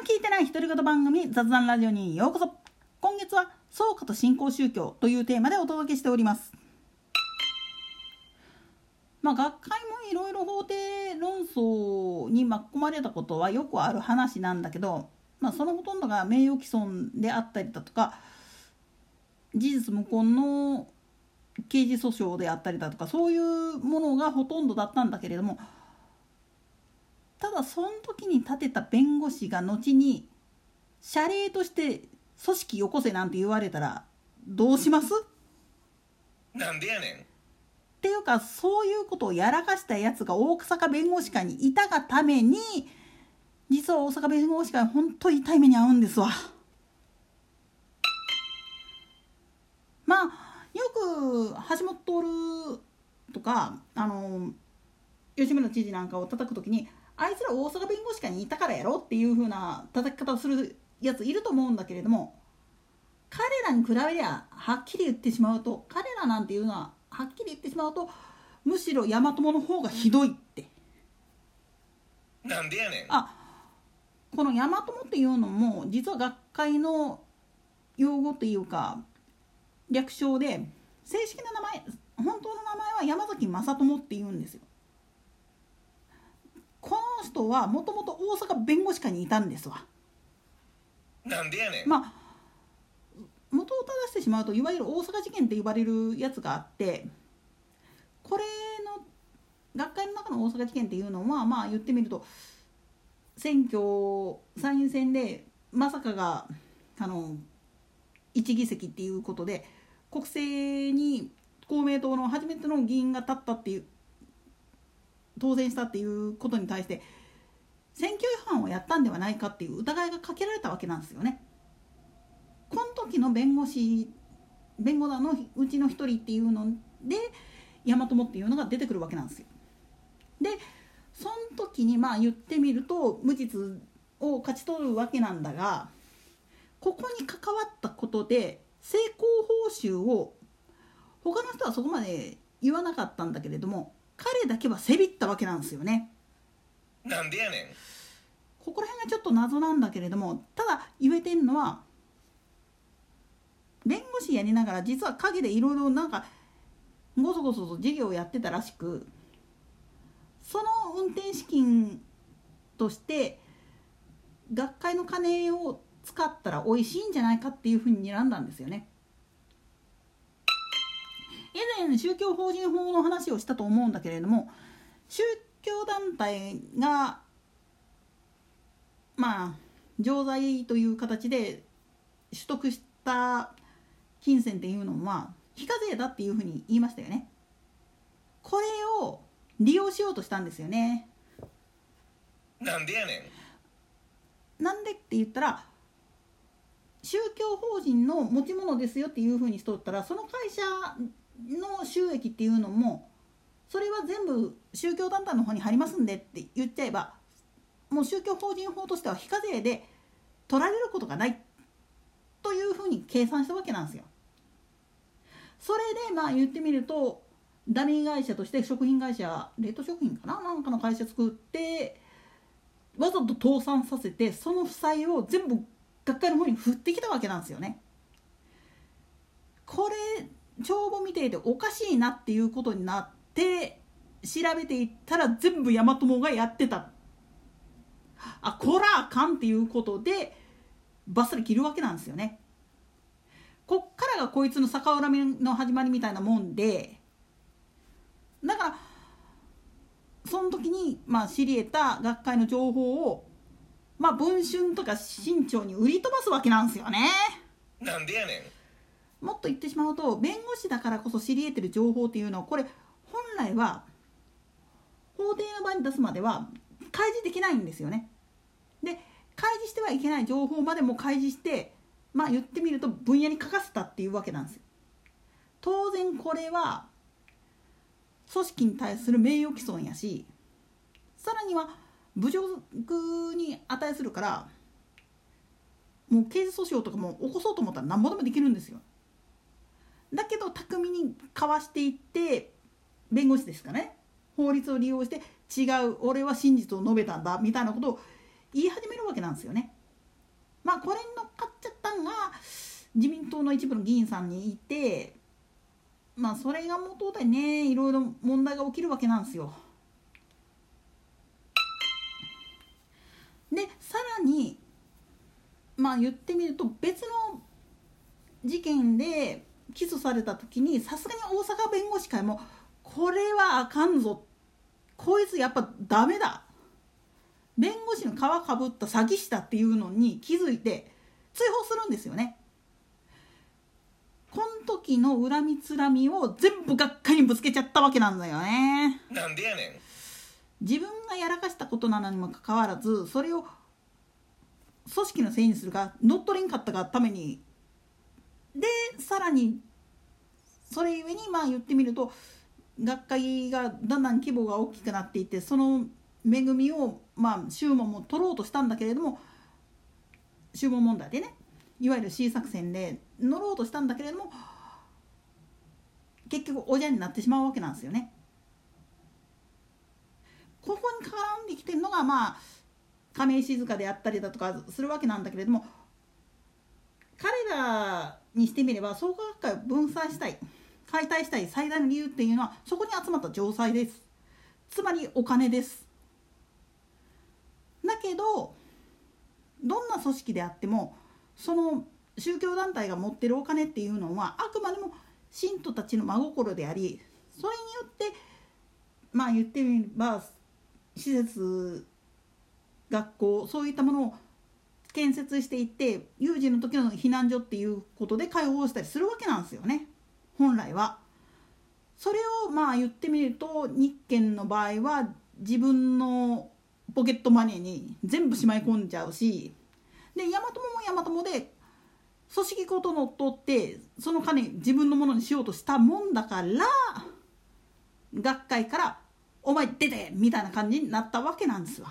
聞いてない独り言番組雑談ラジオにようこそ。今月は創価と新興宗教というテーマでお届けしております。学会もいろいろ法廷論争に巻き込まれたことはよくある話なんだけど、そのほとんどが名誉毀損であったりだとか事実無根の刑事訴訟であったりだとか、そういうものがほとんどだったんだけれども、ただその時に立てた弁護士が後に謝礼として組織よこせなんて言われたらどうします？ なんでやねんっていうか、そういうことをやらかしたやつが大阪弁護士会にいたがために、実は大阪弁護士会本当に痛い目に遭うんですわ。よく橋本徹とか吉村知事なんかを叩くときに、あいつら大阪弁護士会にいたからやろっていう風な叩き方をするやついると思うんだけれども、彼らに比べりゃはっきり言ってしまうと、彼らなんていうのははっきり言ってしまうと、むしろ大和もの方がひどいって。 なんでやねん。 この大和もっていうのも実は学会の用語というか略称で、正式な名前、本当の名前は山崎正智っていうんですよ。この人はもともと大阪弁護士会にいたんですわ。 なんでやねん。 元を正してしまうと、いわゆる大阪事件って呼ばれるやつがあって、これの学会の中の大阪事件っていうのは言ってみると、選挙参院選でまさかが1議席っていうことで国政に公明党の初めての議員が立ったっていう、当選したっていうことに対して選挙違反をやったんではないかっていう疑いがかけられたわけなんですよね。この時の弁護団のうちの一人っていうので大和もっていうのが出てくるわけなんですよ。でその時に言ってみると無実を勝ち取るわけなんだが、ここに関わったことで成功報酬を他の人はそこまで言わなかったんだけれども、彼だけはせびったわけなんですよね。 なんでやねん。 ここら辺がちょっと謎なんだけれども、ただ言えてるのは、弁護士やりながら実は陰でいろいろごそごそと事業をやってたらしく、その運転資金として学会の金を使ったら美味しいんじゃないかっていうふうに睨んだんですよね。以前宗教法人法の話をしたと思うんだけれども、宗教団体が常在という形で取得した金銭っていうのは非課税だっていうふうに言いましたよね。これを利用しようとしたんですよね。 なんでやねん。なんでって言ったら、宗教法人の持ち物ですよっていうふうにしとったら、その会社の収益っていうのもそれは全部宗教団体の方に入りますんでって言っちゃえば、もう宗教法人法としては非課税で取られることがないというふうに計算したわけなんですよ。それで言ってみると、ダミー会社として食品会社、冷凍食品かな、なんかの会社作ってわざと倒産させて、その負債を全部学会の方に振ってきたわけなんですよね。これ帳簿見ていておかしいなっていうことになって調べていったら、全部大和もがやってた。こらあかんっていうことでバッサリ切るわけなんですよね。こっからがこいつの逆恨みの始まりみたいなもんで、だからその時に知り得た学会の情報を文春とか新潮に売り飛ばすわけなんですよね。 なんでやねん。もっと言ってしまうと、弁護士だからこそ知り得てる情報っていうのは、これ本来は法廷の場に出すまでは開示できないんですよね。で開示してはいけない情報までも開示して、言ってみると分野に書かせたっていうわけなんですよ。当然これは組織に対する名誉毀損やし、さらには侮辱に値するから、もう刑事訴訟とかも起こそうと思ったら何ぼでもできるんですよ。だけど巧みにかわしていって、弁護士ですかね、法律を利用して違う、俺は真実を述べたんだみたいなことを言い始めるわけなんですよね。 これに乗っかっちゃったんが自民党の一部の議員さんにいて、それが元でねいろいろ問題が起きるわけなんですよ。でさらに言ってみると別の事件で起訴された時にさすがに大阪弁護士会もこれはあかんぞ、こいつやっぱダメだ、弁護士の皮かぶった詐欺師だっていうのに気づいて追放するんですよね。この時の恨みつらみを全部学会にぶつけちゃったわけなんだよね。 なんでやねん。 自分がやらかしたことなのにもかかわらずそれを組織のせいにするか乗っ取れんかったがためにでさらにそれゆえに言ってみると学会がだんだん規模が大きくなっていってその恵みを宗門も取ろうとしたんだけれども宗門問題でねいわゆる C 作戦で乗ろうとしたんだけれども結局おじゃになってしまうわけなんですよね。ここに絡んできてるのが亀井静香であったりだとかするわけなんだけれども、彼らにしてみれば創価学会を分散したい解体したい最大の理由っていうのはそこに集まった城塞です。つまりお金です。だけどどんな組織であってもその宗教団体が持ってるお金っていうのはあくまでも信徒たちの真心であり、それによって言ってみれば施設学校そういったものを建設していって有事の時の避難所っていうことで開放したりするわけなんですよね本来は。それを言ってみると日建の場合は自分のポケットマネーに全部しまい込んじゃうし、で大和も大和もで組織ごとのっとってその金自分のものにしようとしたもんだから学会からお前出てみたいな感じになったわけなんですわ。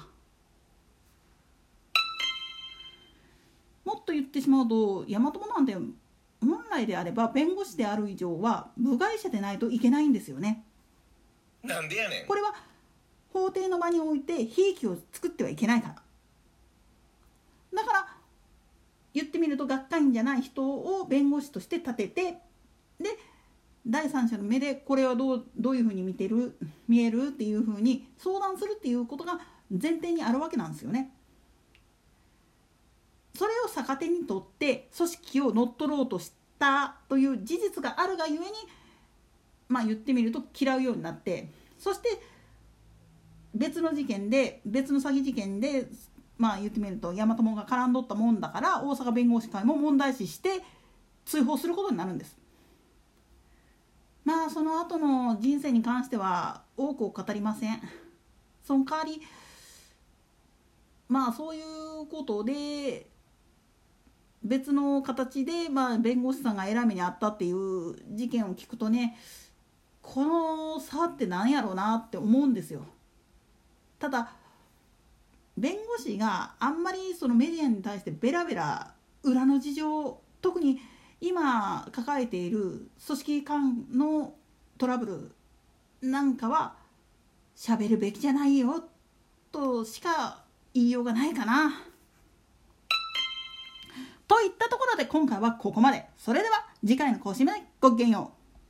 もっと言ってしまうと大和もなんて本来であれば弁護士である以上は部外者でないといけないんですよね。 なんでやねん。 これは法廷の場において悲劇を作ってはいけないから。だから言ってみると学会員じゃない人を弁護士として立てて、で第三者の目でこれはどういうふうに見えるっていうふうに相談するっていうことが前提にあるわけなんですよね。それを逆手にとって組織を乗っ取ろうとしたという事実があるがゆえに言ってみると嫌うようになって、そして別の詐欺事件で言ってみると大和もが絡んどったもんだから大阪弁護士会も問題視して追放することになるんです。その後の人生に関しては多くを語りません。その代わりそういうことで別の形で弁護士さんが偉めにあったっていう事件を聞くとね、この差って何やろうなって思うんですよ。ただ弁護士があんまりそのメディアに対してベラベラ裏の事情、特に今抱えている組織間のトラブルなんかは喋るべきじゃないよとしか言いようがないかな。といったところで今回はここまで。それでは次回の更新までごきげんよう。